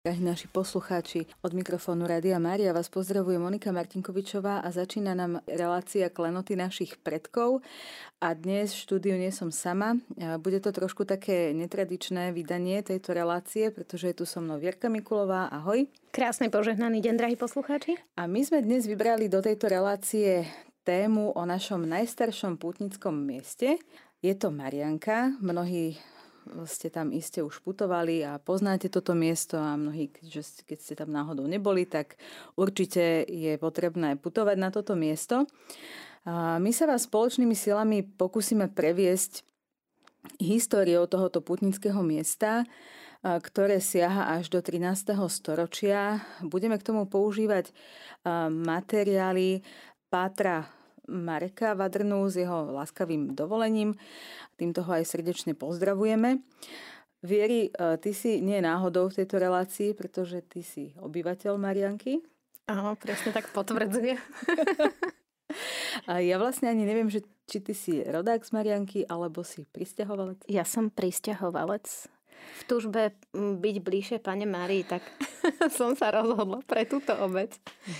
Drahí naši poslucháči, od mikrofónu Rádia Mária vás pozdravuje Monika Martinkovičová a začína nám relácia Klenoty našich predkov. A dnes v štúdiu nie som sama. Bude to trošku také netradičné vydanie tejto relácie, pretože je tu so mnou Vierka Mikulová. Ahoj. Krásny požehnaný deň, drahí poslucháči. A my sme dnes vybrali do tejto relácie tému o našom najstaršom pútnickom mieste. Je to Marianka. Mnohí ste tam iste už putovali a poznáte toto miesto a mnohí, keď ste tam náhodou neboli, tak určite je potrebné putovať na toto miesto. A my sa vás spoločnými silami pokúsime previesť históriou tohoto pútnického miesta, ktoré siaha až do 13. storočia. Budeme k tomu používať materiály pátra Mareka Vadrnu s jeho láskavým dovolením. Týmto ho aj srdečne pozdravujeme. Vieri, ty si nie náhodou v tejto relácii, pretože ty si obyvateľ Marianky. Áno, presne tak potvrdzuje. A ja vlastne ani neviem, či ty si rodák z Marianky, alebo si prisťahovalec. Ja som prisťahovalec. V túžbe byť bližšie Pane Márii, tak som sa rozhodla pre túto obec.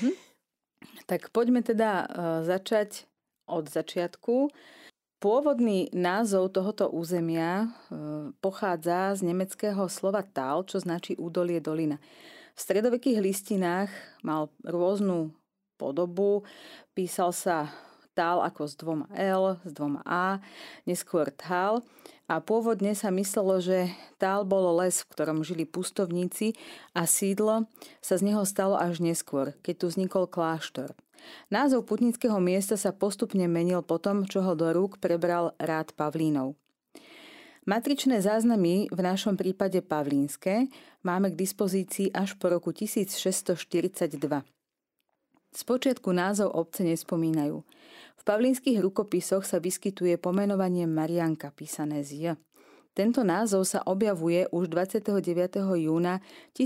Tak poďme teda začať od začiatku. Pôvodný názov tohoto územia pochádza z nemeckého slova Tal, čo značí údolie, dolina. V stredovekých listinách mal rôznu podobu. Písal sa Tal ako s dvoma L, s dvoma A, neskôr Tal. A pôvodne sa myslelo, že Tal bolo les, v ktorom žili pustovníci a sídlo sa z neho stalo až neskôr, keď tu vznikol kláštor. Názov putnického miesta sa postupne menil po tom, čo ho do rúk prebral rád Pavlínov. Matričné záznamy, v našom prípade pavlínske, máme k dispozícii až po roku 1642. Spočiatku názov obce nespomínajú. V pavlínskych rukopisoch sa vyskytuje pomenovanie Marianka, písané z J. Tento názov sa objavuje už 29. júna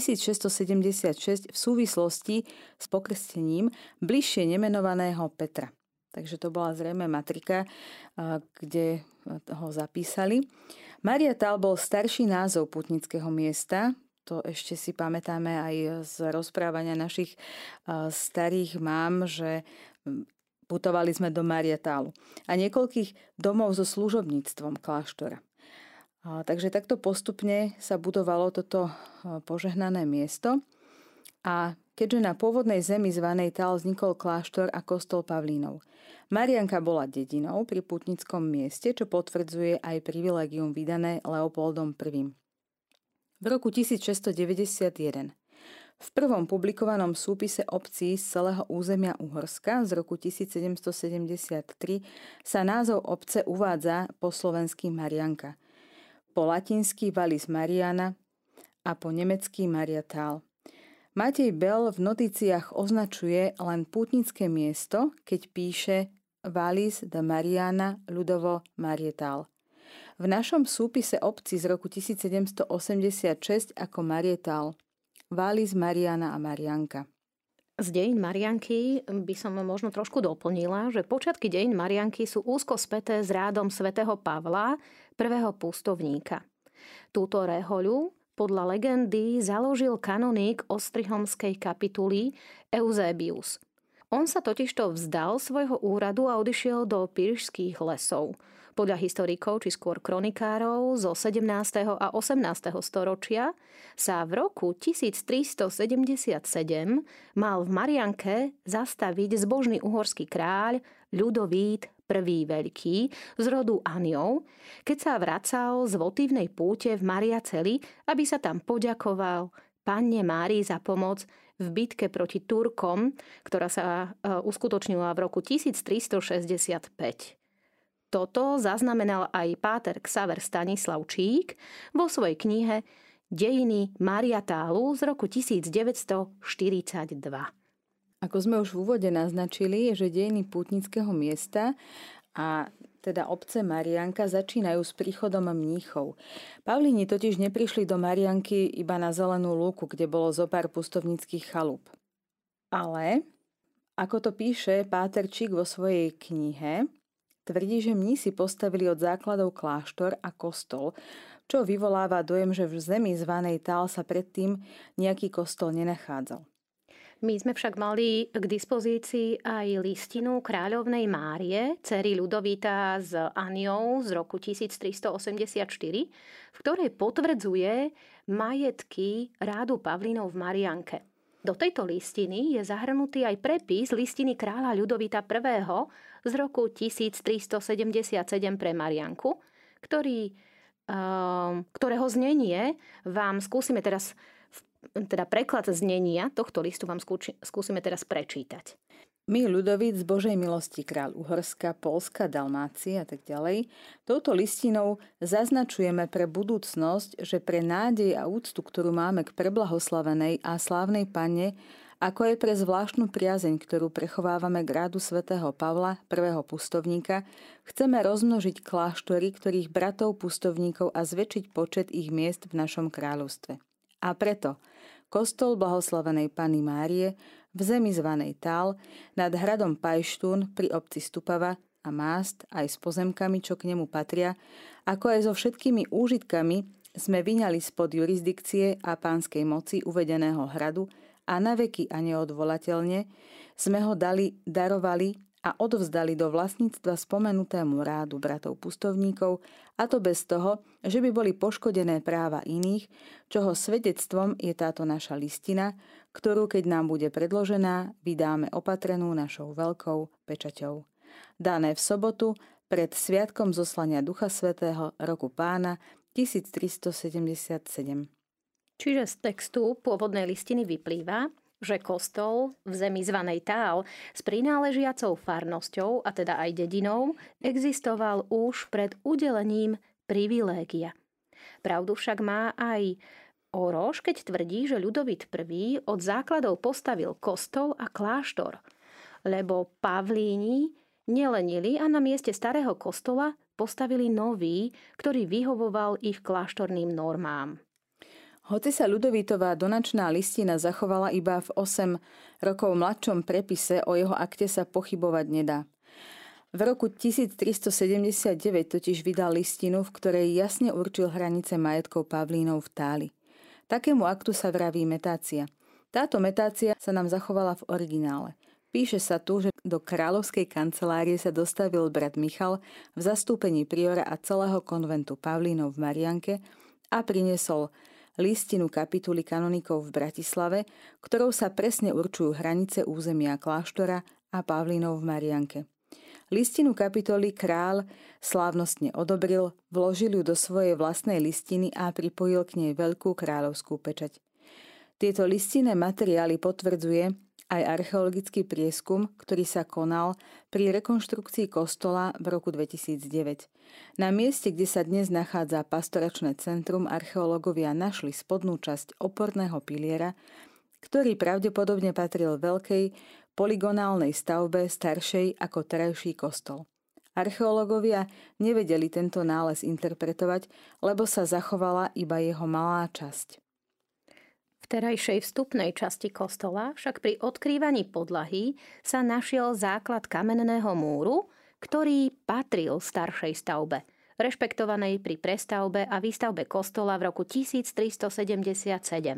1676 v súvislosti s pokrstením bližšie nemenovaného Petra. Takže to bola zrejme matrika, kde ho zapísali. Maria Tal bol starší názov pútnického miesta. To ešte si pamätáme aj z rozprávania našich starých mám, že putovali sme do Maria Talu. A niekoľkých domov so služobníctvom kláštora. Takže takto postupne sa budovalo toto požehnané miesto. A keďže na pôvodnej zemi zvanej Tal vznikol kláštor a kostol Pavlínov. Marianka bola dedinou pri pútnickom mieste, čo potvrdzuje aj privilégium vydané Leopoldom I. V roku 1691 v prvom publikovanom súpise obcí z celého územia Uhorska z roku 1773 sa názov obce uvádza po slovensky Marianka, po latinsky Vallis Mariana a po nemecky Maria Tal. Matej Bell v notíciách označuje len pútnické miesto, keď píše Vallis de Mariana ľudovo Marie Tal. V našom súpise obcí z roku 1786 ako Marie Tal, Vallis Mariana a Marianka. Z dejín Marianky by som možno trošku doplnila, že počiatky dejín Marianky sú úzko späté s rádom svätého Pavla, prvého pustovníka. Túto rehoľu podľa legendy založil kanoník ostrihomskej kapituly Eusebius. On sa totižto vzdal svojho úradu a odišiel do pyršských lesov. Podľa historikov, či skôr kronikárov zo 17. a 18. storočia sa v roku 1377 mal v Marianke zastaviť zbožný uhorský kráľ Ľudovít I. Veľký z rodu Aniov, keď sa vracal z votívnej púte v Mariaceli, aby sa tam poďakoval Panne Márii za pomoc v bitke proti Turkom, ktorá sa uskutočnila v roku 1365. Toto zaznamenal aj páter Xaver Stanislav Čík vo svojej knihe Dejiny Maria Tálu z roku 1942. Ako sme už v úvode naznačili, že dejiny pútnického miesta a teda obce Marianka začínajú s príchodom mníchov. Pavlíni totiž neprišli do Marianky iba na zelenú lúku, kde bolo zopár pustovnických chalúp. Ale, ako to píše páter Čík vo svojej knihe, tvrdí, že mnísi postavili od základov kláštor a kostol, čo vyvoláva dojem, že v zemi zvanej Tál sa predtým nejaký kostol nenachádzal. My sme však mali k dispozícii aj listinu kráľovnej Márie, dcery Ľudovíta s Aniou z roku 1384, v ktorej potvrdzuje majetky rádu Pavlínov v Marianke. Do tejto listiny je zahrnutý aj prepis listiny kráľa Ľudovíta I. z roku 1377 pre Marianku, ktorého znenie vám skúsime teraz, teda preklad znenia tohto listu vám skúsime teraz prečítať. My, Ľudovít z Božej milosti, kráľ Uhorska, Polska, Dalmácie a tak ďalej, touto listinou zaznačujeme pre budúcnosť, že pre nádej a úctu, ktorú máme k preblahoslavenej a slávnej Panne, ako aj pre zvláštnu priazeň, ktorú prechovávame k rádu svätého Pavla, prvého pustovníka, chceme rozmnožiť kláštory, ktorých bratov pustovníkov a zväčšiť počet ich miest v našom kráľovstve. A preto kostol blahoslavenej Panny Márie v zemi zvanej Tál nad hradom Pajštún pri obci Stupava a Mást aj s pozemkami, čo k nemu patria, ako aj so všetkými úžitkami sme vyňali spod jurisdikcie a pánskej moci uvedeného hradu a naveky a neodvolateľne sme ho darovali a odovzdali do vlastníctva spomenutému rádu bratov pustovníkov, a to bez toho, že by boli poškodené práva iných, čoho svedectvom je táto naša listina, ktorú, keď nám bude predložená, vydáme opatrenú našou veľkou pečaťou. Dané v sobotu pred sviatkom zoslania Ducha Svätého roku Pána 1377. Čiže z textu pôvodnej listiny vyplýva, že kostol v zemi zvanej Tál s prináležiacou farnosťou, a teda aj dedinou, existoval už pred udelením privilégia. Pravdu však má aj Oroš, keď tvrdí, že Ľudovít I. od základov postavil kostol a kláštor, lebo Pavlíni nelenili a na mieste starého kostola postavili nový, ktorý vyhovoval ich kláštorným normám. Hoci sa Ľudovítová donačná listina zachovala iba v 8 rokov mladšom prepise, o jeho akte sa pochybovať nedá. V roku 1379 totiž vydal listinu, v ktorej jasne určil hranice majetkov Pavlínov v Táli. Takému aktu sa vraví metácia. Táto metácia sa nám zachovala v originále. Píše sa tu, že do kráľovskej kancelárie sa dostavil brat Michal v zastúpení priora a celého konventu Pavlínov v Marianke a priniesol listinu kapituly kanonikov v Bratislave, ktorou sa presne určujú hranice územia kláštora a Pavlínov v Marianke. Listinu kapitoly král slávnostne odobril, vložil ju do svojej vlastnej listiny a pripojil k nej veľkú kráľovskú pečať. Tieto listinné materiály potvrdzuje aj archeologický prieskum, ktorý sa konal pri rekonštrukcii kostola v roku 2009. Na mieste, kde sa dnes nachádza pastoračné centrum, archeológovia našli spodnú časť oporného piliera, ktorý pravdepodobne patril veľkej polygonálnej stavbe staršej ako terajší kostol. Archeológovia nevedeli tento nález interpretovať, lebo sa zachovala iba jeho malá časť. V terajšej vstupnej časti kostola však pri odkrývaní podlahy sa našiel základ kamenného múru, ktorý patril staršej stavbe, rešpektovanej pri prestavbe a výstavbe kostola v roku 1377.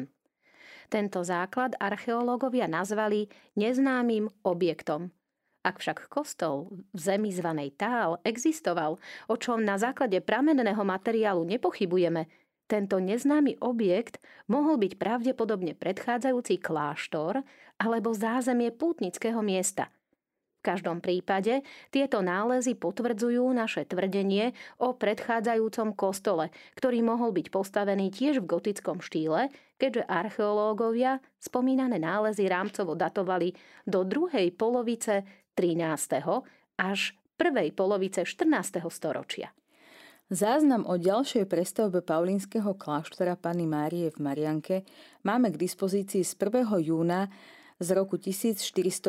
Tento základ archeológovia nazvali neznámym objektom. Ak však kostol v zemi zvanej Tál existoval, o čom na základe pramenného materiálu nepochybujeme, tento neznámy objekt mohol byť pravdepodobne predchádzajúci kláštor alebo zázemie pútnického miesta. V každom prípade tieto nálezy potvrdzujú naše tvrdenie o predchádzajúcom kostole, ktorý mohol byť postavený tiež v gotickom štýle, keďže archeológovia spomínané nálezy rámcovo datovali do druhej polovice 13. až prvej polovice 14. storočia. Záznam o ďalšej prestavbe paulínskeho kláštora Panny Márie v Marianke máme k dispozícii z 1. júna z roku 1452,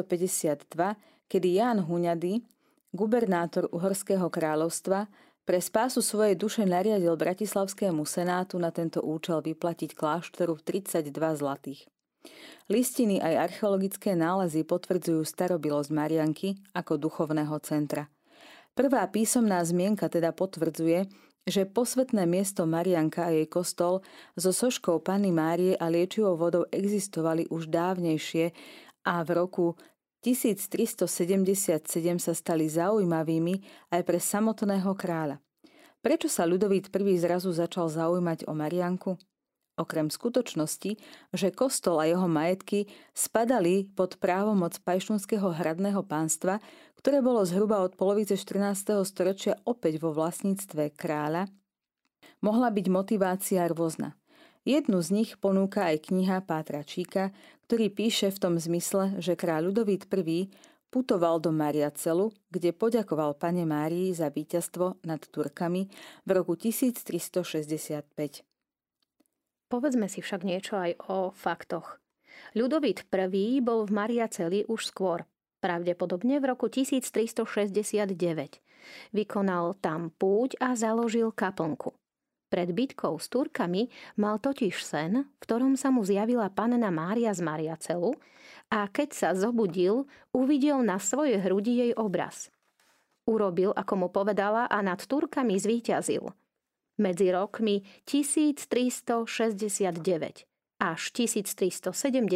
kedy Ján Huňady, gubernátor Uhorského kráľovstva, pre spásu svojej duše nariadil bratislavskému senátu na tento účel vyplatiť kláštoru 32 zlatých. Listiny aj archeologické nálezy potvrdzujú starobilosť Marianky ako duchovného centra. Prvá písomná zmienka teda potvrdzuje, že posvätné miesto Marianka a jej kostol so soškou Panny Márie a liečivou vodou existovali už dávnejšie a v roku 1377 sa stali zaujímavými aj pre samotného kráľa. Prečo sa Ľudovít I zrazu začal zaujímať o Marianku? Okrem skutočnosti, že kostol a jeho majetky spadali pod právomoc Pajštunského hradného pánstva, ktoré bolo zhruba od polovice 14. storočia opäť vo vlastníctve kráľa, mohla byť motivácia rôzna. Jednu z nich ponúka aj kniha Pátra Číka, ktorý píše v tom zmysle, že kráľ Ľudovít I putoval do Mariacelu, kde poďakoval Panne Márii za víťazstvo nad Turkami v roku 1365. Povedzme si však niečo aj o faktoch. Ľudovít I bol v Mariaceli už skôr, pravdepodobne v roku 1369. Vykonal tam púť a založil kaplnku. Pred bitkou s Turkami mal totiž sen, v ktorom sa mu zjavila Panna Mária z Mariacelu a keď sa zobudil, uvidel na svojej hrudi jej obraz. Urobil, ako mu povedala, a nad Turkami zvíťazil. Medzi rokmi 1369 až 1377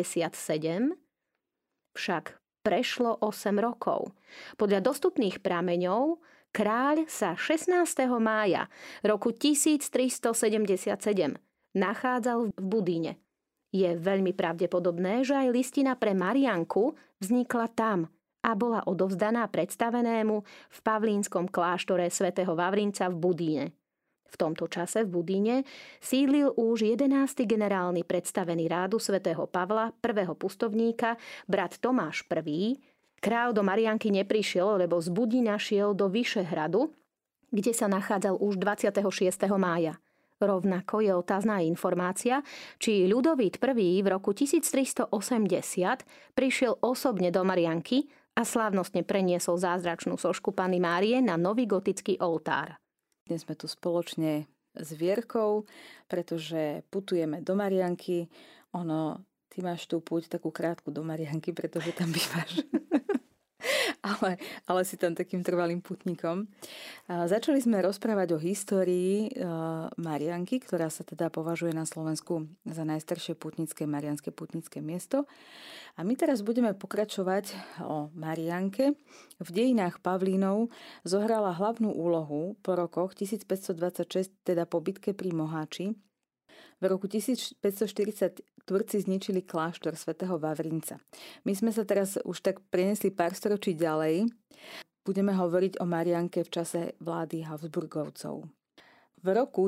však prešlo 8 rokov. Podľa dostupných prameňov kráľ sa 16. mája roku 1377 nachádzal v Budíne. Je veľmi pravdepodobné, že aj listina pre Marianku vznikla tam a bola odovzdaná predstavenému v pavlínskom kláštore svätého Vavrinca v Budíne. V tomto čase v Budíne sídlil už 11. generálny predstavený rádu svätého Pavla, prvého pustovníka, brat Tomáš I. Kráľ do Marianky neprišiel, lebo z Budína šiel do Vyšehradu, kde sa nachádzal už 26. mája. Rovnako je otázna informácia, či Ľudovít I v roku 1380 prišiel osobne do Marianky a slávnostne preniesol zázračnú sošku Panny Márie na nový gotický oltár. Dnes sme tu spoločne s Vierkou, pretože putujeme do Marianky. Ty máš tú púť takú krátku do Marianky, pretože tam bývaš. ale si tam takým trvalým putníkom. Začali sme rozprávať o histórii Marianky, ktorá sa teda považuje na Slovensku za najstaršie marianske putnické miesto. A my teraz budeme pokračovať o Marianke. V dejinách Pavlínov zohrala hlavnú úlohu po rokoch 1526, teda po bitke pri Moháči. V roku 1540 Turci zničili kláštor svätého Vavrinca. My sme sa teraz už tak prenesli pár storočí ďalej. Budeme hovoriť o Marianke v čase vlády Habsburgovcov. V roku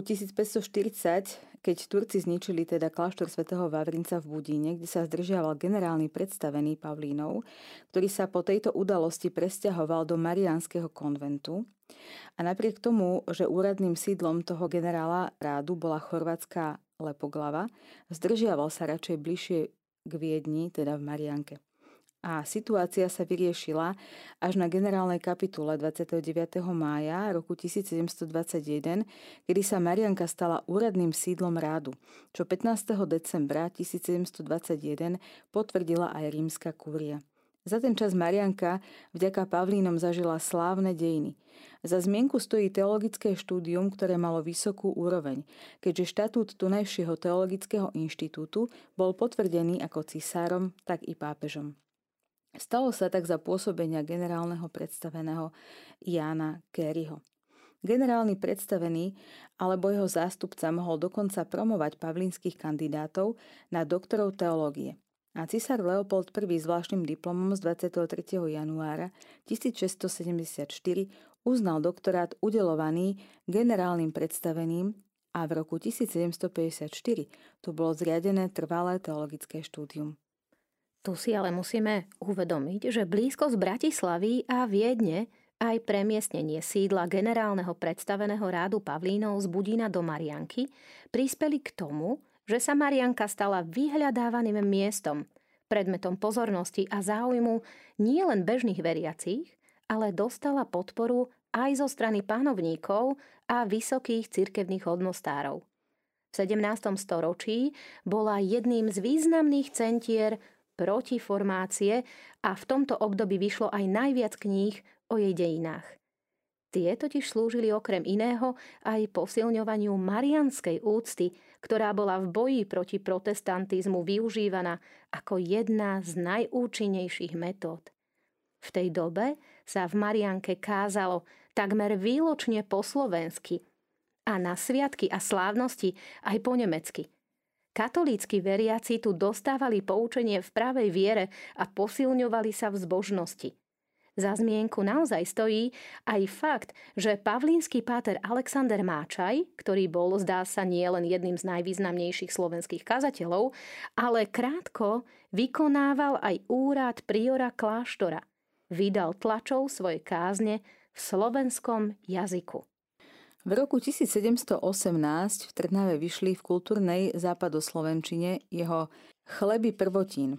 1540, keď Turci zničili teda kláštor svätého Vavrinca v Budíne, kde sa zdržiaval generálny predstavený Pavlínov, ktorý sa po tejto udalosti presťahoval do Mariánskeho konventu. A napriek tomu, že úradným sídlom toho generála rádu bola chorvátska Lepoglava, zdržiaval sa radšej bližšie k Viedni, teda v Marianke. A situácia sa vyriešila až na generálnej kapitule 29. mája roku 1721, kedy sa Marianka stala úradným sídlom rádu, čo 15. decembra 1721 potvrdila aj rímska kúria. Za ten čas Marianka vďaka Pavlínom zažila slávne dejiny. Za zmienku stojí teologické štúdium, ktoré malo vysokú úroveň, keďže štatút tunajšieho teologického inštitútu bol potvrdený ako cisárom, tak i pápežom. Stalo sa tak za pôsobenia generálneho predstaveného Jána Kéryho. Generálny predstavený alebo jeho zástupca mohol dokonca promovať pavlínskych kandidátov na doktorov teológie. A cisár Leopold I zvláštnym diplomom z 23. januára 1674 uznal doktorát udeľovaný generálnym predstaveným a v roku 1754 to bolo zriadené trvalé teologické štúdium. Tu si ale musíme uvedomiť, že blízkosť Bratislavy a Viedne aj premiestnenie sídla generálneho predstaveného rádu Pavlínov z Budína do Marianky prispeli k tomu, že sa Marianka stala vyhľadávaným miestom, predmetom pozornosti a záujmu nielen bežných veriacich, ale dostala podporu aj zo strany panovníkov a vysokých cirkevných hodnostárov. V 17. storočí bola jedným z významných centier protiformácie a v tomto období vyšlo aj najviac kníh o jej dejinách. Tie totiž slúžili okrem iného aj posilňovaniu marianskej úcty, ktorá bola v boji proti protestantizmu využívaná ako jedna z najúčinnejších metód. V tej dobe sa v Marianke kázalo takmer výlučne po slovensky a na sviatky a slávnosti aj po nemecky. Katolícki veriaci tu dostávali poučenie v pravej viere a posilňovali sa v zbožnosti. Za zmienku naozaj stojí aj fakt, že pavlínsky páter Alexander Máčaj, ktorý bol, zdá sa, nie len jedným z najvýznamnejších slovenských kazateľov, ale krátko vykonával aj úrad priora kláštora. Vydal tlačou svoje kázne v slovenskom jazyku. V roku 1718 v Trnave vyšli v kultúrnej západoslovenčine jeho Chleby prvotín.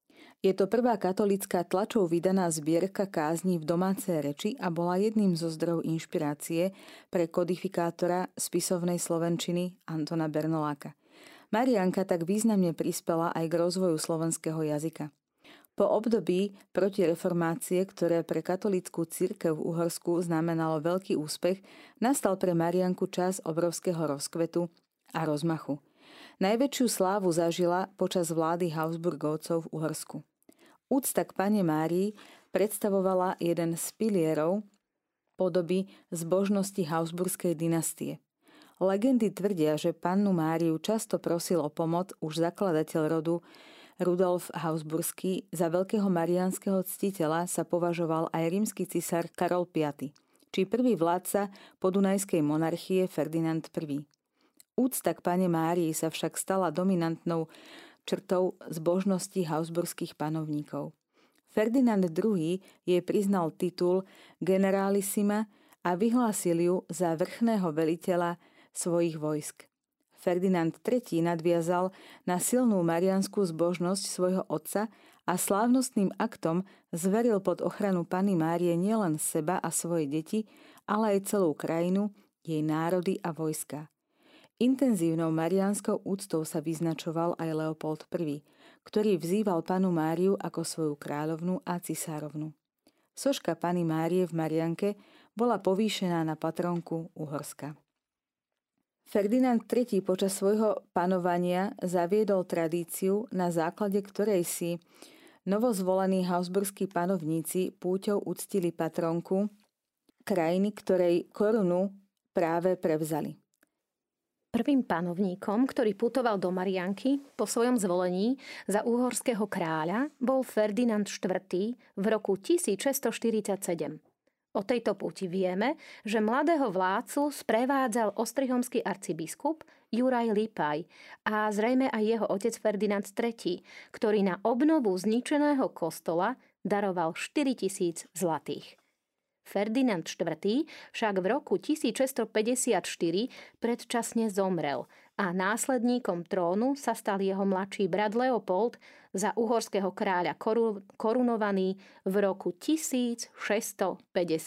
Je to prvá katolícka tlačou vydaná zbierka kázní v domácej reči a bola jedným zo zdrojov inšpirácie pre kodifikátora spisovnej slovenčiny Antona Bernoláka. Marianka tak významne prispela aj k rozvoju slovenského jazyka. Po období protireformácie, ktoré pre katolícku cirkev v Uhorsku znamenalo veľký úspech, nastal pre Marianku čas obrovského rozkvetu a rozmachu. Najväčšiu slávu zažila počas vlády Habsburgovcov v Uhorsku. Úcta k Panne Márii predstavovala jeden z pilierov podoby zbožnosti Habsburskej dynastie. Legendy tvrdia, že Pannu Máriu často prosil o pomoc už zakladateľ rodu Rudolf Habsburský. Za veľkého mariánskeho ctiteľa sa považoval aj rímsky cisár Karol V, či prvý vládca podunajskej monarchie Ferdinand I. Úcta k Panne Márii sa však stala dominantnou črtou zbožnosti habsburských panovníkov. Ferdinand II jej priznal titul generalissima a vyhlásil ju za vrchného veliteľa svojich vojsk. Ferdinand III nadviazal na silnú mariánsku zbožnosť svojho otca a slávnostným aktom zveril pod ochranu Panny Márie nielen seba a svoje deti, ale aj celú krajinu, jej národy a vojska. Intenzívnou mariánskou úctou sa vyznačoval aj Leopold I, ktorý vzýval Pannu Máriu ako svoju kráľovnu a cisárovnu. Soška Panny Márie v Marianke bola povýšená na patronku Uhorska. Ferdinand III počas svojho panovania zaviedol tradíciu, na základe ktorej si novozvolení habsburskí panovníci púťou uctili patronku krajiny, ktorej korunu práve prevzali. Prvým panovníkom, ktorý putoval do Marianky po svojom zvolení za uhorského kráľa, bol Ferdinand IV v roku 1647. O tejto púti vieme, že mladého vládcu sprevádzal ostrihomský arcibiskup Juraj Lipaj a zrejme aj jeho otec Ferdinand III, ktorý na obnovu zničeného kostola daroval 4000 zlatých. Ferdinand IV však v roku 1654 predčasne zomrel a následníkom trónu sa stal jeho mladší brat Leopold, za uhorského kráľa korunovaný v roku 1655.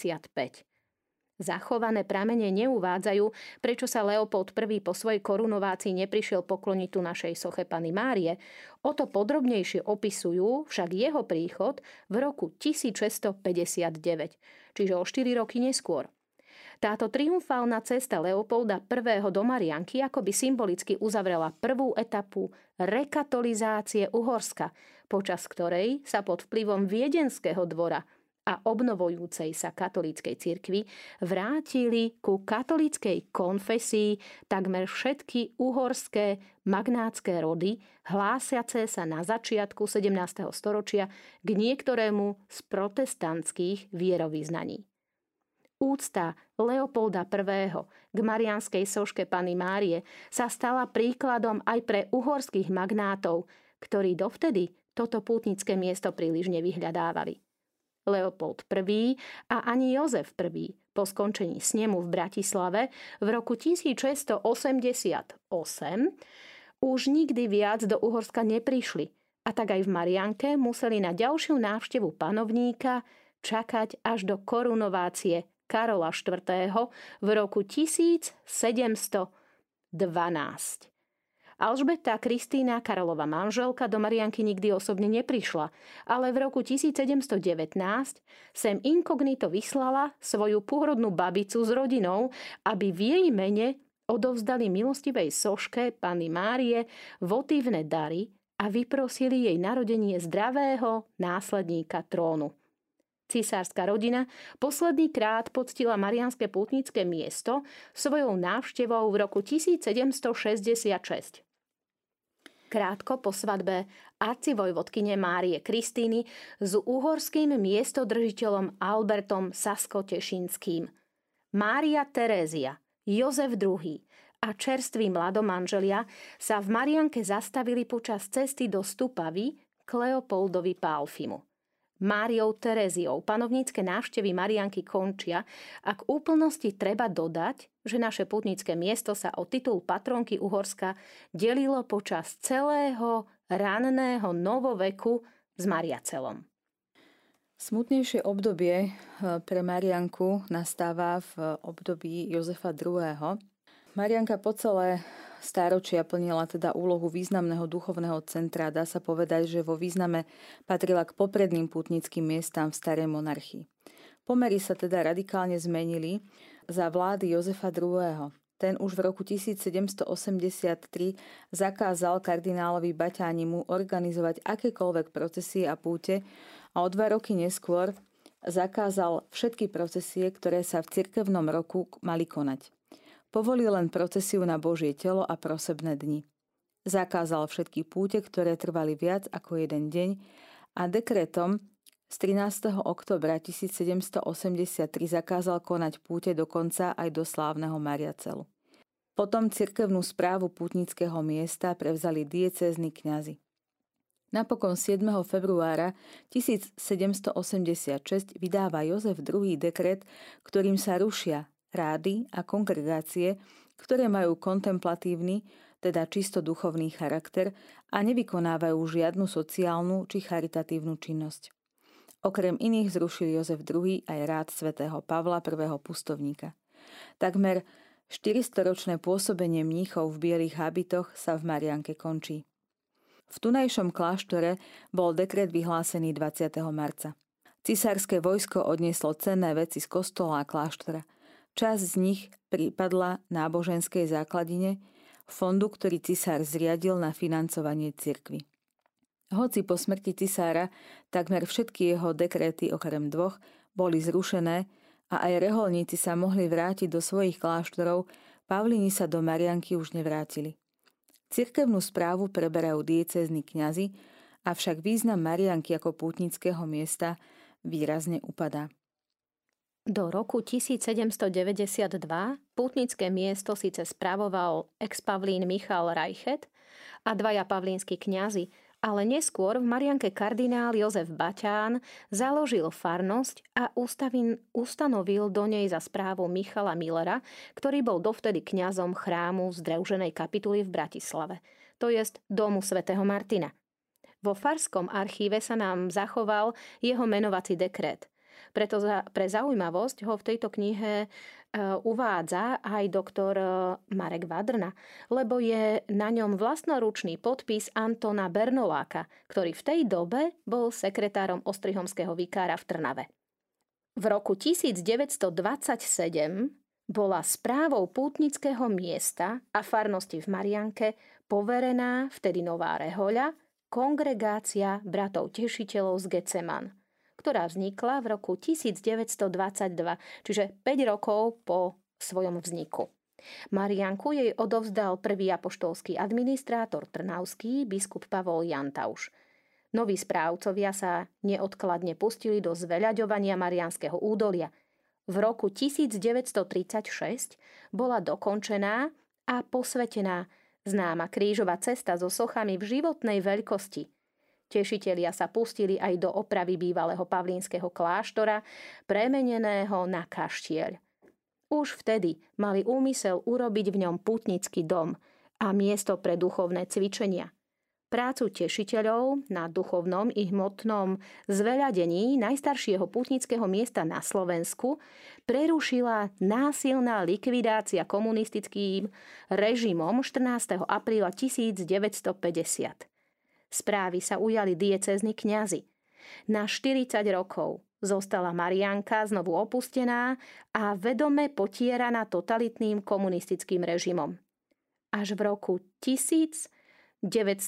Zachované pramene neuvádzajú, prečo sa Leopold I po svojej korunovácii neprišiel pokloniť tu našej soche Panny Márie. O to podrobnejšie opisujú však jeho príchod v roku 1659, čiže o 4 roky neskôr. Táto triumfálna cesta Leopolda I. do Marianky akoby symbolicky uzavrela prvú etapu rekatolizácie Uhorska, počas ktorej sa pod vplyvom viedenského dvora a obnovujúcej sa katolíckej cirkvi vrátili ku katolíckej konfesii takmer všetky uhorské magnátske rody, hlásiace sa na začiatku 17. storočia k niektorému z protestantských vierovyznaní. Úcta Leopolda I. k mariánskej soške Panny Márie sa stala príkladom aj pre uhorských magnátov, ktorí dovtedy toto pútnické miesto príliš nevyhľadávali. Leopold I. a ani Jozef I. po skončení snemu v Bratislave v roku 1688 už nikdy viac do Uhorska neprišli a tak aj v Marianke museli na ďalšiu návštevu panovníka čakať až do korunovácie Karola IV. V roku 1712. Alžbeta Kristína, Karolova manželka, do Marianky nikdy osobne neprišla, ale v roku 1719 sem inkognito vyslala svoju pôrodnú babicu s rodinou, aby v jej mene odovzdali milostivej soške Panny Márie votívne dary a vyprosili jej narodenie zdravého následníka trónu. Cisárska rodina posledný krát poctila mariánske pútnické miesto svojou návštevou v roku 1766. Krátko po svadbe arcivojvodkyne Márie Kristíny s uhorským miestodržiteľom Albertom Sasko-Tešinským. Mária Terézia, Jozef II a čerství mladomanželia sa v Marianke zastavili počas cesty do Stupavy k Leopoldovi Pálfimu. Máriou Teréziou panovnícke návštevy Marianky končia a k úplnosti treba dodať, že naše pútnické miesto sa o titul patronky Uhorska delilo počas celého ranného novoveku s Mariacelom. Smutnejšie obdobie pre Marianku nastáva v období Jozefa II. Marianka po celé stáročia plnila teda úlohu významného duchovného centra. Dá sa povedať, že vo význame patrila k popredným pútnickým miestam v starej monarchii. Pomery sa teda radikálne zmenili za vlády Jozefa II. Ten už v roku 1783 zakázal kardinálovi Baťánimu organizovať akékoľvek procesie a púte a o 2 roky neskôr zakázal všetky procesie, ktoré sa v cirkevnom roku mali konať. Povolil len procesiu na Božie telo a prosebné dni. Zakázal všetky púte, ktoré trvali viac ako jeden deň a dekretom z 13. októbra 1783 zakázal konať púte dokonca aj do slávneho Mariacelu. Potom cirkevnú správu pútnického miesta prevzali diecézni kňazi. Napokon 7. februára 1786 vydáva Jozef II dekret, ktorým sa rušia rády a kongregácie, ktoré majú kontemplatívny, teda čisto duchovný charakter a nevykonávajú žiadnu sociálnu či charitatívnu činnosť. Okrem iných zrušil Jozef II aj rád svätého Pavla I. pustovníka. Takmer 400-ročné pôsobenie mníchov v bielých habitoch sa v Marianke končí. V tunajšom kláštore bol dekret vyhlásený 20. marca. Cisárske vojsko odnieslo cenné veci z kostola a kláštora. Časť z nich pripadla náboženskej základine, fondu, ktorý cisár zriadil na financovanie cirkvi. Hoci po smrti cisára takmer všetky jeho dekréty okrem 2 boli zrušené a aj reholníci sa mohli vrátiť do svojich kláštorov, Pavlíni sa do Marianky už nevrátili. Cirkevnú správu preberajú diecézni kňazi, avšak význam Marianky ako pútnického miesta výrazne upadá. Do roku 1792 pútnické miesto síce spravoval ex-pavlín Michal Rajchet a 2 pavlínsky kňazi, ale neskôr v Marianke kardinál Jozef Baťán založil farnosť a ustanovil do nej za správu Michala Millera, ktorý bol dovtedy kňazom chrámu Združenej kapituly v Bratislave, to jest domu svätého Martina. Vo farskom archíve sa nám zachoval jeho menovací dekret. Preto pre zaujímavosť ho v tejto knihe uvádza aj doktor Marek Vadrna, lebo je na ňom vlastnoručný podpis Antona Bernoláka, ktorý v tej dobe bol sekretárom ostrihomského vikára v Trnave. V roku 1927 bola správou pútnického miesta a farnosti v Marianke poverená vtedy Nová Rehoľa kongregácia bratov tešiteľov z Geceman, ktorá vznikla v roku 1922, čiže 5 rokov po svojom vzniku. Marianku jej odovzdal prvý apoštolský administrátor trnavský biskup Pavol Jantauš. Noví správcovia sa neodkladne pustili do zveľaďovania Mariánskeho údolia. V roku 1936 bola dokončená a posvetená známa krížová cesta so sochami v životnej veľkosti. Tešitelia sa pustili aj do opravy bývalého pavlínskeho kláštora, premeneného na kaštieľ. Už vtedy mali úmysel urobiť v ňom pútnický dom a miesto pre duchovné cvičenia. prácu tešiteľov na duchovnom i hmotnom zveľadení najstaršieho pútnického miesta na Slovensku prerušila násilná likvidácia komunistickým režimom 14. apríla 1950. Správy sa ujali diecézni kňazi. Na 40 rokov zostala Mariánka znovu opustená a vedome potieraná totalitným komunistickým režimom. Až v roku 1990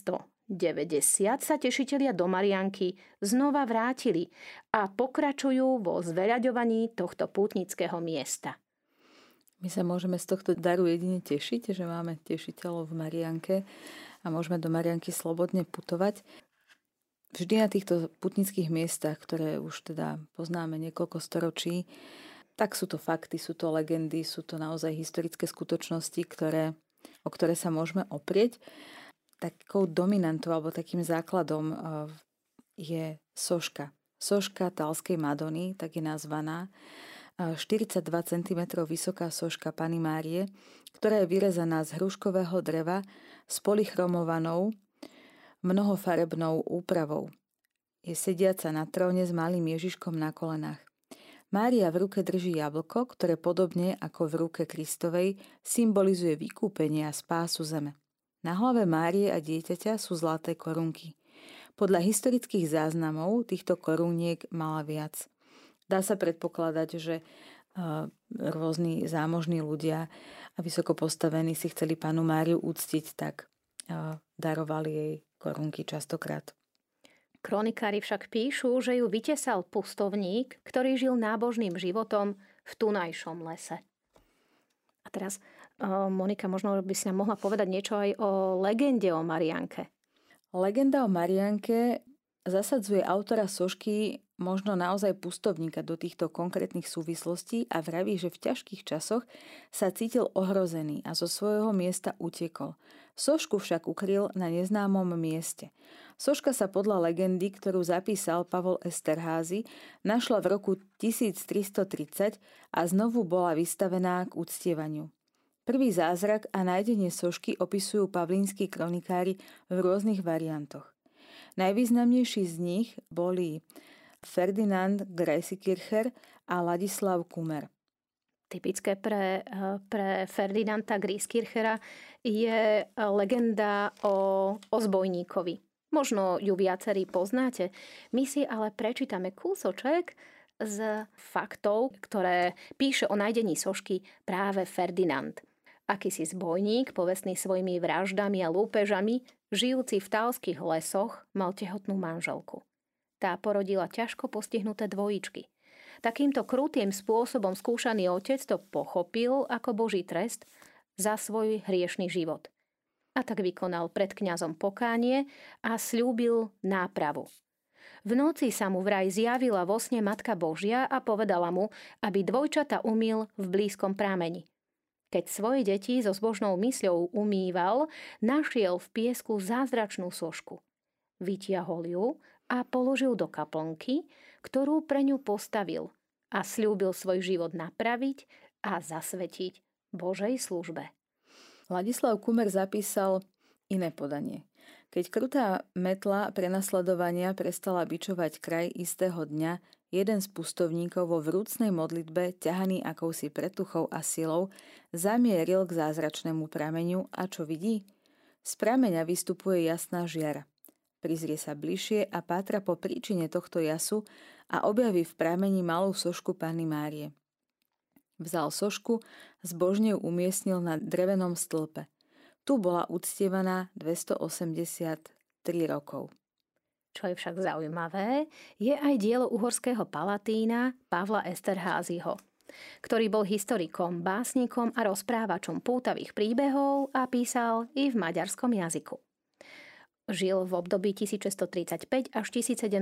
sa tešitelia do Mariánky znova vrátili a pokračujú vo zveľaďovaní tohto pútnického miesta. My sa môžeme z tohto daru jedine tešiť, že máme tešiteľov v Mariánke a môžeme do Mariánky slobodne putovať. Vždy na týchto putnických miestach, ktoré už teda poznáme niekoľko storočí, tak sú to fakty, sú to legendy, sú to naozaj historické skutočnosti, o ktoré sa môžeme oprieť. Takou dominantou alebo takým základom je soška. Soška Talskej Madony, tak je nazvaná. 42 cm vysoká soška Panny Márie, ktorá je vyrezaná z hruškového dreva s polychromovanou mnohofarebnou úpravou. Je sediaca na tróne s malým Ježiškom na kolenách. Mária v ruke drží jablko, ktoré podobne ako v ruke Kristovej symbolizuje vykúpenie a spásu zeme. Na hlave Márie a dieťaťa sú zlaté korunky. Podľa historických záznamov týchto koruniek mala viac. Dá sa predpokladať, že rôzni zámožní ľudia a vysoko postavení si chceli Pannu Máriu uctiť, tak darovali jej korunky častokrát. Kronikári však píšu, že ju vytesal pustovník, ktorý žil nábožným životom v tunajšom lese. A teraz, Monika, možno by si nám mohla povedať niečo aj o legende o Mariánke. Legenda o Mariánke zasadzuje autora sošky možno naozaj pustovníka do týchto konkrétnych súvislostí a vraví, že v ťažkých časoch sa cítil ohrozený a zo svojho miesta utiekol. Sošku však ukryl na neznámom mieste. Soška sa podľa legendy, ktorú zapísal Pavol Esterházy, našla v roku 1330 a znovu bola vystavená k uctievaniu. Prvý zázrak a nájdenie sošky opisujú pavlínski kronikári v rôznych variantoch. Najvýznamnejší z nich boli Ferdinand Grießkircher a Ladislav Kummer. Typické pre Ferdinanda Grießkirchera je legenda o zbojníkovi. Možno ju viacerí poznáte. My si ale prečítame kúsoček z faktov, ktoré píše o nájdení sošky práve Ferdinand. Akýsi zbojník, povestný svojimi vraždami a lúpežami, žijúci v talských lesoch, mal tehotnú manželku. Tá porodila ťažko postihnuté dvojičky. Takýmto krutým spôsobom skúšaný otec to pochopil ako Boží trest za svoj hriešny život. A tak vykonal pred kňazom pokánie a sľúbil nápravu. V noci sa mu vraj zjavila vo sne Matka Božia a povedala mu, aby dvojčata umyl v blízkom prameni. Keď svoje deti so zbožnou mysľou umýval, našiel v piesku zázračnú sošku. Vytiahol ju a položil do kaplnky, ktorú pre ňu postavil a sľúbil svoj život napraviť a zasvetiť Božej službe. Ladislav Kummer zapísal iné podanie. Keď krutá metla prenasledovania prestala bičovať kraj istého dňa, jeden z pustovníkov vo vrúcnej modlitbe, ťahaný akousi pretuchou a silou, zamieril k zázračnému prameniu a čo vidí? Z prameňa vystupuje jasná žiara. Prizrie sa bližšie a pátra po príčine tohto jasu a objaví v prameni malú sošku Panny Márie. Vzal sošku, zbožne ju umiestnil na drevenom stĺpe. Tu bola uctievaná 283 rokov. Čo je však zaujímavé, je aj dielo uhorského palatína Pavla Esterházyho, ktorý bol historikom, básnikom a rozprávačom pútavých príbehov a písal i v maďarskom jazyku. Žil v období 1635 až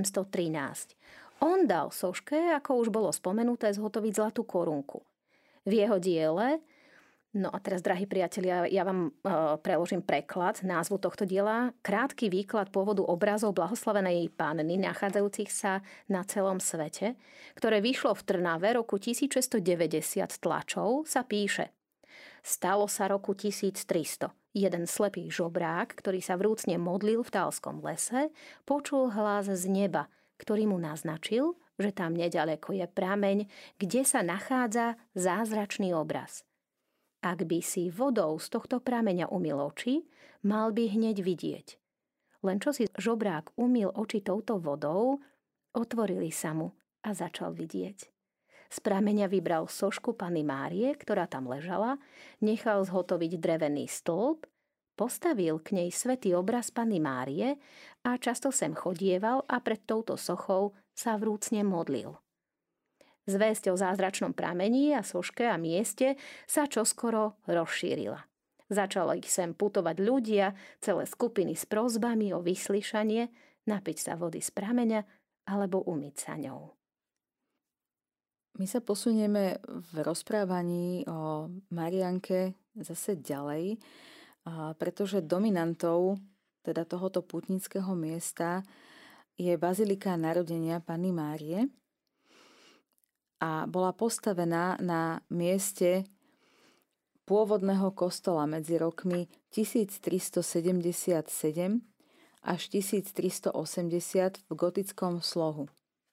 1713. On dal soške, ako už bolo spomenuté, zhotoviť zlatú korunku. V jeho diele, no a teraz, drahí priatelia, ja vám preložím preklad názvu tohto diela, krátky výklad pôvodu obrazov blahoslavenej Panny, nachádzajúcich sa na celom svete, ktoré vyšlo v Trnave roku 1690 tlačov, sa píše: Stalo sa roku 1300. Jeden slepý žobrák, ktorý sa vrúcne modlil v Talskom lese, počul hlas z neba, ktorý mu naznačil, že tam neďaleko je prameň, kde sa nachádza zázračný obraz. Ak by si vodou z tohto prameňa umyl oči, mal by hneď vidieť. Len čo si žobrák umyl oči touto vodou, otvorili sa mu a začal vidieť. Z prameňa vybral sošku Panny Márie, ktorá tam ležala, nechal zhotoviť drevený stĺp, postavil k nej svätý obraz Panny Márie a často sem chodieval a pred touto sochou sa vrúcne modlil. Zvesť o zázračnom pramení a soške a mieste sa čoskoro rozšírila. Začalo ich sem putovať ľudia, celé skupiny s prosbami o vyslyšanie, napiť sa vody z prameňa alebo umyť sa ňou. My sa posunieme v rozprávaní o Marianke zase ďalej, pretože dominantou teda tohoto pútnického miesta je bazilika narodenia Panny Márie a bola postavená na mieste pôvodného kostola medzi rokmi 1377 až 1380 v gotickom slohu.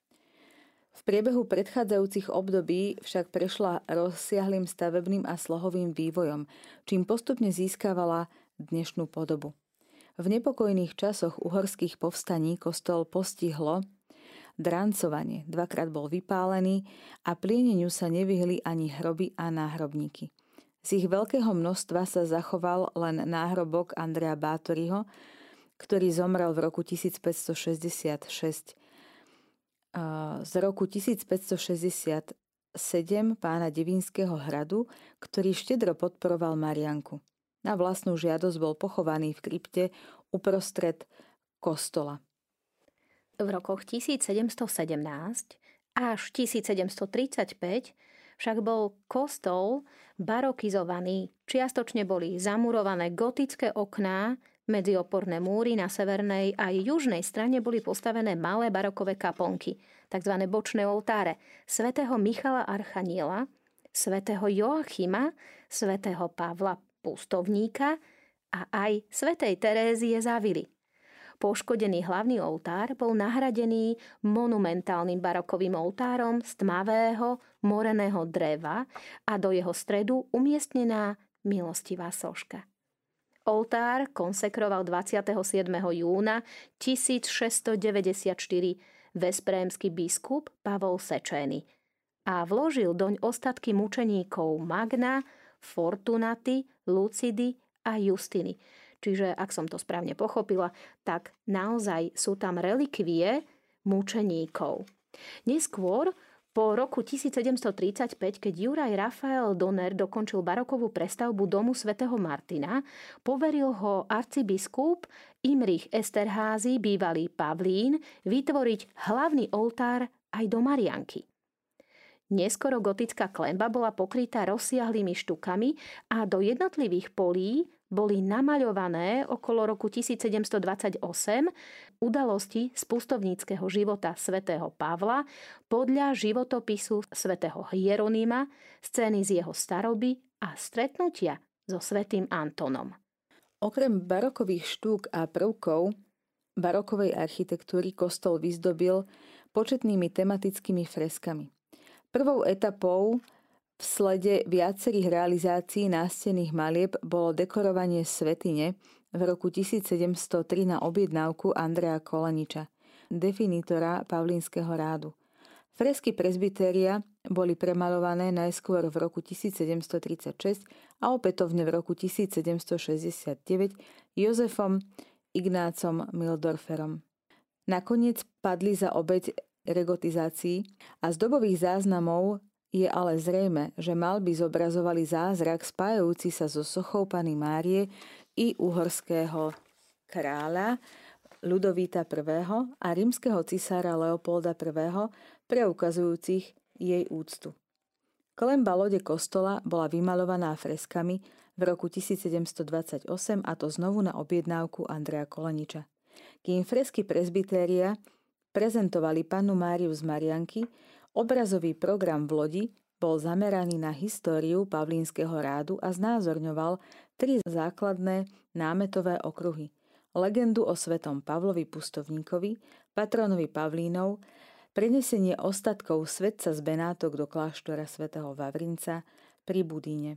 V priebehu predchádzajúcich období však prešla rozsiahlym stavebným a slohovým vývojom, čím postupne získavala dnešnú podobu. V nepokojných časoch uhorských povstaní kostol postihlo drancovanie, dvakrát bol vypálený a plieneniu sa nevyhli ani hroby a náhrobníky. Z ich veľkého množstva sa zachoval len náhrobok Andreja Bátoryho, ktorý zomrel v roku 1566. Z roku 1567 pána Devínskeho hradu, ktorý štedro podporoval Marianku. Na vlastnú žiadosť bol pochovaný v krypte uprostred kostola. V rokoch 1717 až 1735 však bol kostol barokizovaný. Čiastočne boli zamurované gotické okná, medzioporné múry na severnej a južnej strane boli postavené malé barokové kaplnky, tzv. Bočné oltáre svätého Michala Archaniela, svätého Joachima, svätého Pavla Pustovníka a aj svätej Terézie z Avily. Poškodený hlavný oltár bol nahradený monumentálnym barokovým oltárom z tmavého moreného dreva a do jeho stredu umiestnená milostivá soška. Oltár konsekroval 27. júna 1694 veszprémsky biskup Pavol Sečeny a vložil doň ostatky mučeníkov Magna, Fortunaty, Lucidy a Justiny. Čiže, ak som to správne pochopila, tak naozaj sú tam relikvie mučeníkov. Neskôr, po roku 1735, keď Juraj Rafael Donner dokončil barokovú prestavbu domu svätého Martina, poveril ho arcibiskup Imrich Esterházy, bývalý Pavlín, vytvoriť hlavný oltár aj do Marianky. Neskoro gotická klenba bola pokrytá rozsiahlými štukami a do jednotlivých polí boli namaľované okolo roku 1728 udalosti z pustovníckeho života svätého Pavla podľa životopisu svätého Hieronima, scény z jeho staroby a stretnutia so svätým Antonom. Okrem barokových štúk a prvkov barokovej architektúry kostol vyzdobil početnými tematickými freskami. Prvou etapou v slede viacerých realizácií nástenných malieb bolo dekorovanie svätyne v roku 1703 na objednávku Andreja Koleniča, definitora Pavlínskeho rádu. Fresky presbytéria boli premaľované najskôr v roku 1736 a opätovne v roku 1769 Jozefom Ignácom Mildorferom. Nakoniec padli za obeť regotizácií a z dobových záznamov je ale zrejme, že malby zobrazovali zázrak spájajúci sa so sochou Panny Márie i uhorského kráľa Ľudovíta I. a rímskeho cisára Leopolda I. preukazujúcich jej úctu. Klenba lode kostola bola vymaľovaná freskami v roku 1728 a to znovu na objednávku Andreja Koleniča. Kým fresky presbytéria prezentovali Pannu Máriu z Marianky, obrazový program v lodi Bol zameraný na históriu Pavlínskeho rádu a znázorňoval 3 základné námetové okruhy. Legendu o svetom Pavlovi Pustovníkovi, patronovi Pavlínov, prenesenie ostatkov svätca z Benátok do kláštora svätého Vavrinca pri Budíne.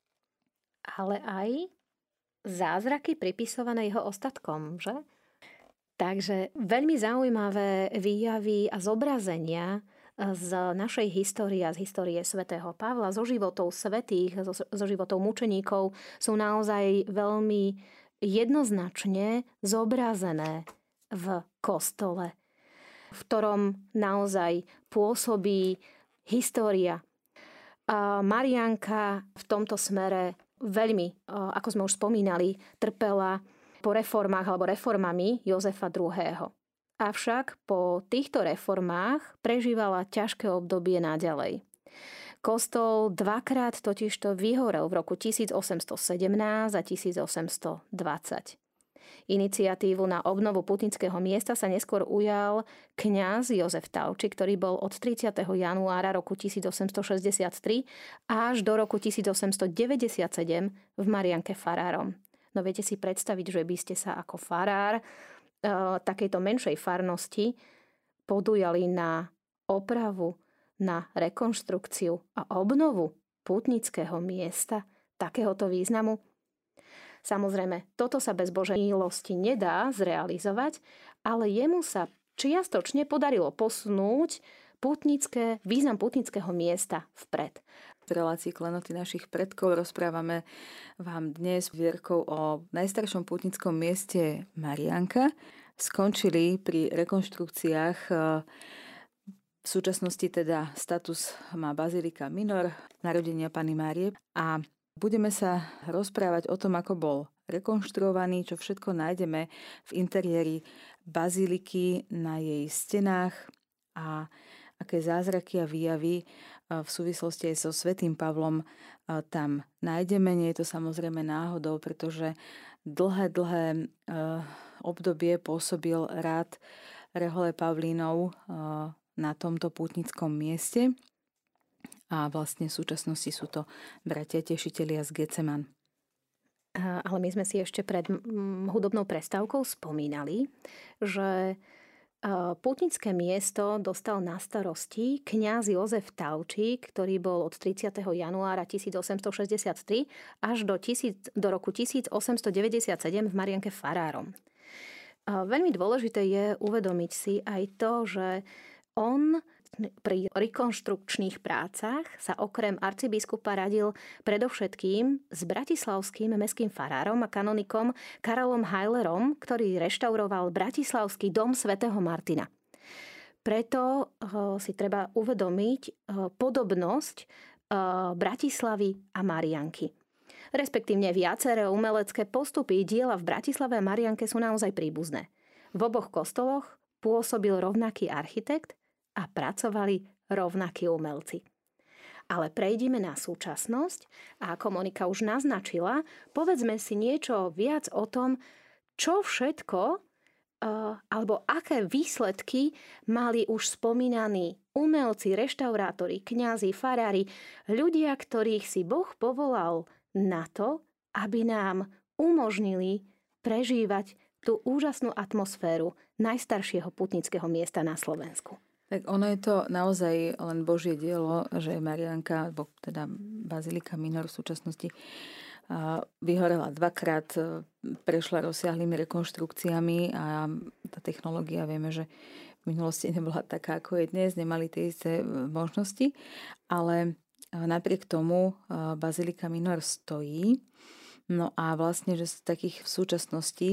Ale aj zázraky pripisované jeho ostatkom, že? Takže veľmi zaujímavé výjavy a zobrazenia z našej histórie a z histórie svätého Pavla, zo životov svätých, zo životov mučeníkov sú naozaj veľmi jednoznačne zobrazené v kostole, v ktorom naozaj pôsobí história. A Mariánka v tomto smere veľmi, ako sme už spomínali, trpela po reformách alebo reformami Jozefa II. Avšak po týchto reformách prežívala ťažké obdobie naďalej. Kostol dvakrát totižto vyhorel v roku 1817 a 1820. Iniciatívu na obnovu putnického miesta sa neskôr ujal kňaz Jozef Taučík, ktorý bol od 30. januára roku 1863 až do roku 1897 v Marianke farárom. No viete si predstaviť, že by ste sa ako farár takejto menšej farnosti podujali na opravu, na rekonštrukciu a obnovu pútnického miesta takéhoto významu? Samozrejme, toto sa bez Božej milosti nedá zrealizovať, ale jemu sa čiastočne podarilo posunúť význam pútnického miesta vpred. V relácii Klenoty našich predkov rozprávame vám dnes vierkou o najstaršom pútnickom mieste Marianka. Skončili pri rekonštrukciách, v súčasnosti teda status má Bazilika Minor, narodenia Panny Márie, a budeme sa rozprávať o tom, ako bol rekonštruovaný, čo všetko nájdeme v interiéri baziliky, na jej stenách a aké zázraky a výjavy v súvislosti aj so svätým Pavlom tam nájdeme. Nie je to samozrejme náhodou, pretože dlhé obdobie pôsobil rád rehole Pavlínov na tomto pútnickom mieste a vlastne v súčasnosti sú to bratia tešitelia z Geceman. Ale my sme si ešte pred hudobnou prestávkou spomínali, že pútnické miesto dostal na starosti kňaz Jozef Taučík, ktorý bol od 30. januára 1863 až do roku 1897 v Marianke farárom. Veľmi dôležité je uvedomiť si aj to, že on pri rekonštrukčných prácach sa okrem arcibiskupa radil predovšetkým s bratislavským mestským farárom a kanonikom Karolom Hajlerom, ktorý reštauroval bratislavský dom svätého Martina. Preto si treba uvedomiť podobnosť Bratislavy a Marianky. Respektívne viaceré umelecké postupy diela v Bratislave a Marianke sú naozaj príbuzné. V oboch kostoloch pôsobil rovnaký architekt a pracovali rovnakí umelci. Ale prejdime na súčasnosť a ako Monika už naznačila, povedzme si niečo viac o tom, čo všetko alebo aké výsledky mali už spomínaní umelci, reštaurátori, kňazi, farári, ľudia, ktorých si Boh povolal na to, aby nám umožnili prežívať tú úžasnú atmosféru najstaršieho putnického miesta na Slovensku. Tak ono je to naozaj len Božie dielo, že Marianka, alebo teda Bazilika Minor v súčasnosti vyhorela dvakrát, prešla rozsiahlými rekonštrukciami a tá technológia, vieme, že v minulosti nebola taká, ako je dnes, nemali tie isté možnosti, ale napriek tomu Bazilika Minor stojí. No a vlastne, že z takých v súčasnosti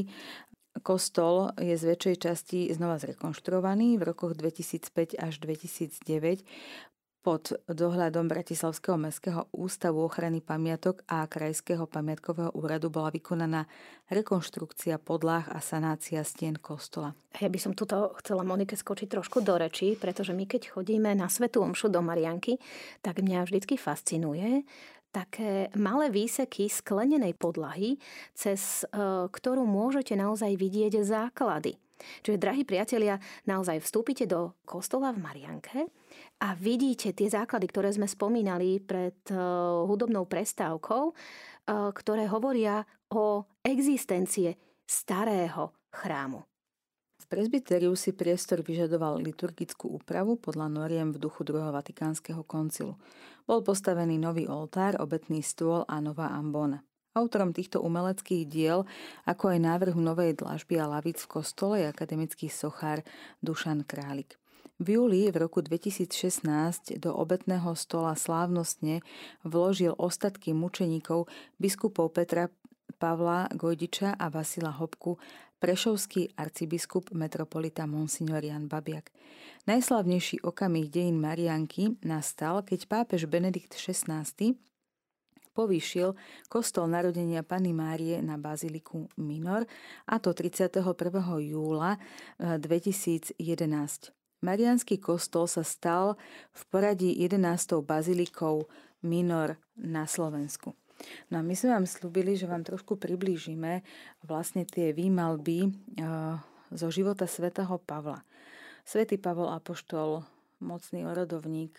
kostol je z väčšej časti znova zrekonštruovaný v rokoch 2005 až 2009 pod dohľadom Bratislavského mestského ústavu ochrany pamiatok a Krajského pamiatkového úradu bola vykonaná rekonštrukcia podlah a sanácia stien kostola. Ja by som tuto chcela Monike skočiť trošku do rečí, pretože my keď chodíme na svätú omšu do Marianky, tak mňa vždycky fascinuje také malé výseky sklenenej podlahy, cez ktorú môžete naozaj vidieť základy. Čiže, drahí priatelia, naozaj vstúpite do kostola v Marianke a vidíte tie základy, ktoré sme spomínali pred hudobnou prestávkou, ktoré hovoria o existencie starého chrámu. V presbytériu si priestor vyžadoval liturgickú úpravu podľa noriem v duchu druhého Vatikánskeho koncilu. Bol postavený nový oltár, obetný stôl a nová ambóna. Autorom týchto umeleckých diel, ako aj návrhu novej dlažby a lavíc v kostole, je akademický sochár Dušan Králik. V júli v roku 2016 do obetného stola slávnostne vložil ostatky mučeníkov biskupov Petra Pavla Gojdiča a Vasila Hopku prešovský arcibiskup metropolita monsignor Jan Babiak. Najslavnejší okamih dejín Marianky nastal, keď pápež Benedikt XVI povýšil kostol narodenia Panny Márie na baziliku Minor, a to 31. júla 2011. Mariánsky kostol sa stal v poradí 11. bazilikou Minor na Slovensku. No a my sme vám slúbili, že vám trošku priblížime vlastne tie výmalby zo života svätého Pavla. Svätý Pavol apoštol, mocný orodovník,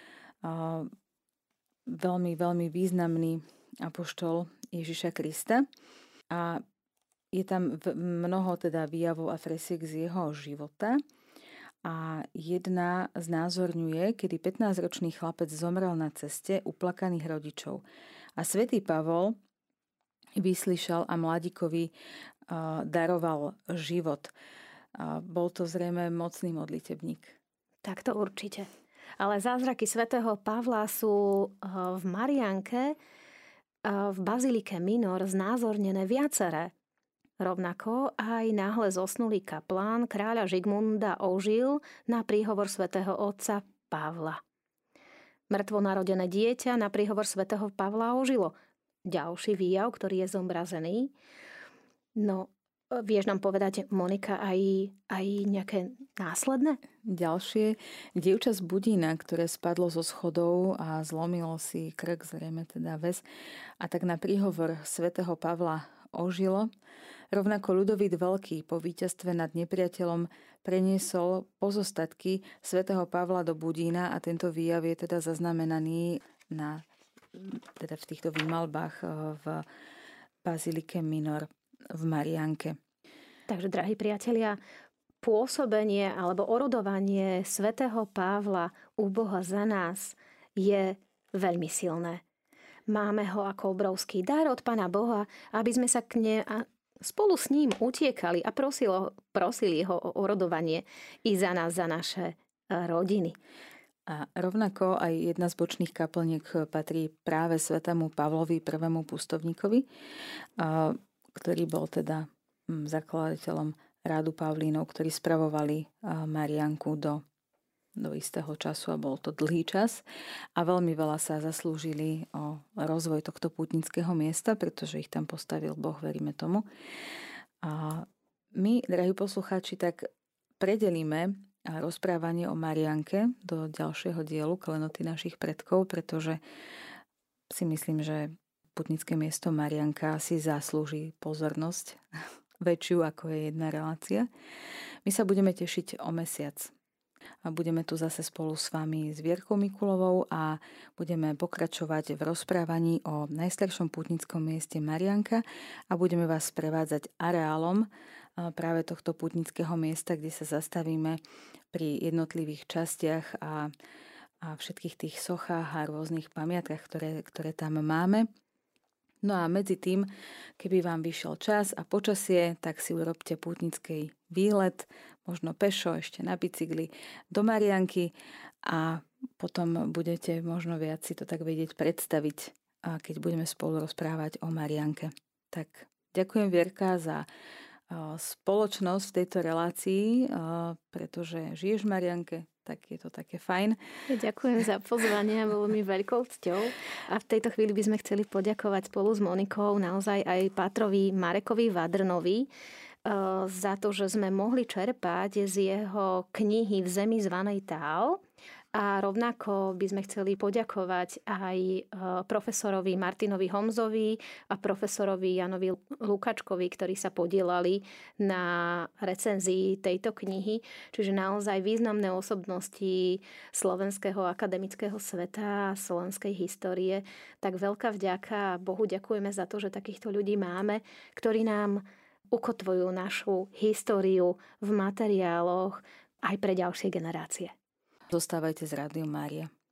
veľmi, veľmi významný apoštol Ježiša Krista. A je tam mnoho teda výjavov a fresiek z jeho života. A jedna znázorňuje, kedy 15-ročný chlapec zomrel na ceste uplakaných rodičov. A svätý Pavol vyslyšal a mladíkovi daroval život. Bol to zrejme mocný modlitebník. Tak to určite. Ale zázraky svätého Pavla sú v Marianke, v bazilike Minor znázornené viaceré. Rovnako aj náhle zosnulý kaplán kráľa Žigmunda ožil na príhovor svätého otca Pavla. Mŕtvonarodené dieťa na príhovor svätého Pavla ožilo. Ďalší výjav, ktorý je zobrazený. No, vieš nám povedať, Monika, aj nejaké následné? Ďalšie, dievča z Budína, ktoré spadlo zo schodov a zlomilo si krk, zrejme teda väz, a tak na príhovor svätého Pavla ožilo. Rovnako Ľudovít Veľký po víťazstve nad nepriateľom preniesol pozostatky svätého Pavla do Budína a tento výjav je teda zaznamenaný teda v týchto výmalbách v bazilike Minor v Marianke. Takže, drahí priatelia, pôsobenie alebo orodovanie svätého Pavla u Boha za nás je veľmi silné. Máme ho ako obrovský dar od Pána Boha, aby sme sa spolu s ním utiekali a prosili ho o orodovanie i za nás, za naše rodiny. A rovnako aj jedna z bočných kaplniek patrí práve svätému Pavlovi, prvému pustovníkovi, ktorý bol teda zakladateľom rádu Pavlínov, ktorí spravovali Marianku do istého času a bol to dlhý čas a veľmi veľa sa zaslúžili o rozvoj tohto pútnického miesta, pretože ich tam postavil Boh, veríme tomu. A my, drahí poslucháči, tak predelíme rozprávanie o Marianke do ďalšieho dielu Klenoty našich predkov, pretože si myslím, že pútnické miesto Marianka si zaslúži pozornosť väčšiu, ako je jedna relácia. My sa budeme tešiť o mesiac. A budeme tu zase spolu s vami s Vierkou Mikulovou a budeme pokračovať v rozprávaní o najstaršom pútnickom mieste Marianka a budeme vás prevádzať areálom práve tohto pútnického miesta, kde sa zastavíme pri jednotlivých častiach a všetkých tých sochách a rôznych pamiatkách, ktoré tam máme. No a medzi tým, keby vám vyšiel čas a počasie, tak si urobte pútnický výlet, možno pešo, ešte na bicykli do Marianky a potom budete možno viac si to tak vedieť predstaviť, keď budeme spolu rozprávať o Marianke. Tak ďakujem, Vierka, za spoločnosť v tejto relácii, pretože žiješ v Marianke, tak je to také fajn. Ďakujem za pozvanie, bolo mi veľkou cťou. A v tejto chvíli by sme chceli poďakovať spolu s Monikou naozaj aj pátrovi Marekovi Vadrnovi za to, že sme mohli čerpať z jeho knihy V zemi zvanej Tál. A rovnako by sme chceli poďakovať aj profesorovi Martinovi Homzovi a profesorovi Janovi Lukačkovi, ktorí sa podielali na recenzii tejto knihy. Čiže naozaj významné osobnosti slovenského akademického sveta a slovenskej histórie. Tak veľká vďaka a Bohu ďakujeme za to, že takýchto ľudí máme, ktorí nám ukotvujú našu históriu v materiáloch aj pre ďalšie generácie. Zostávajte s Rádiom Mária.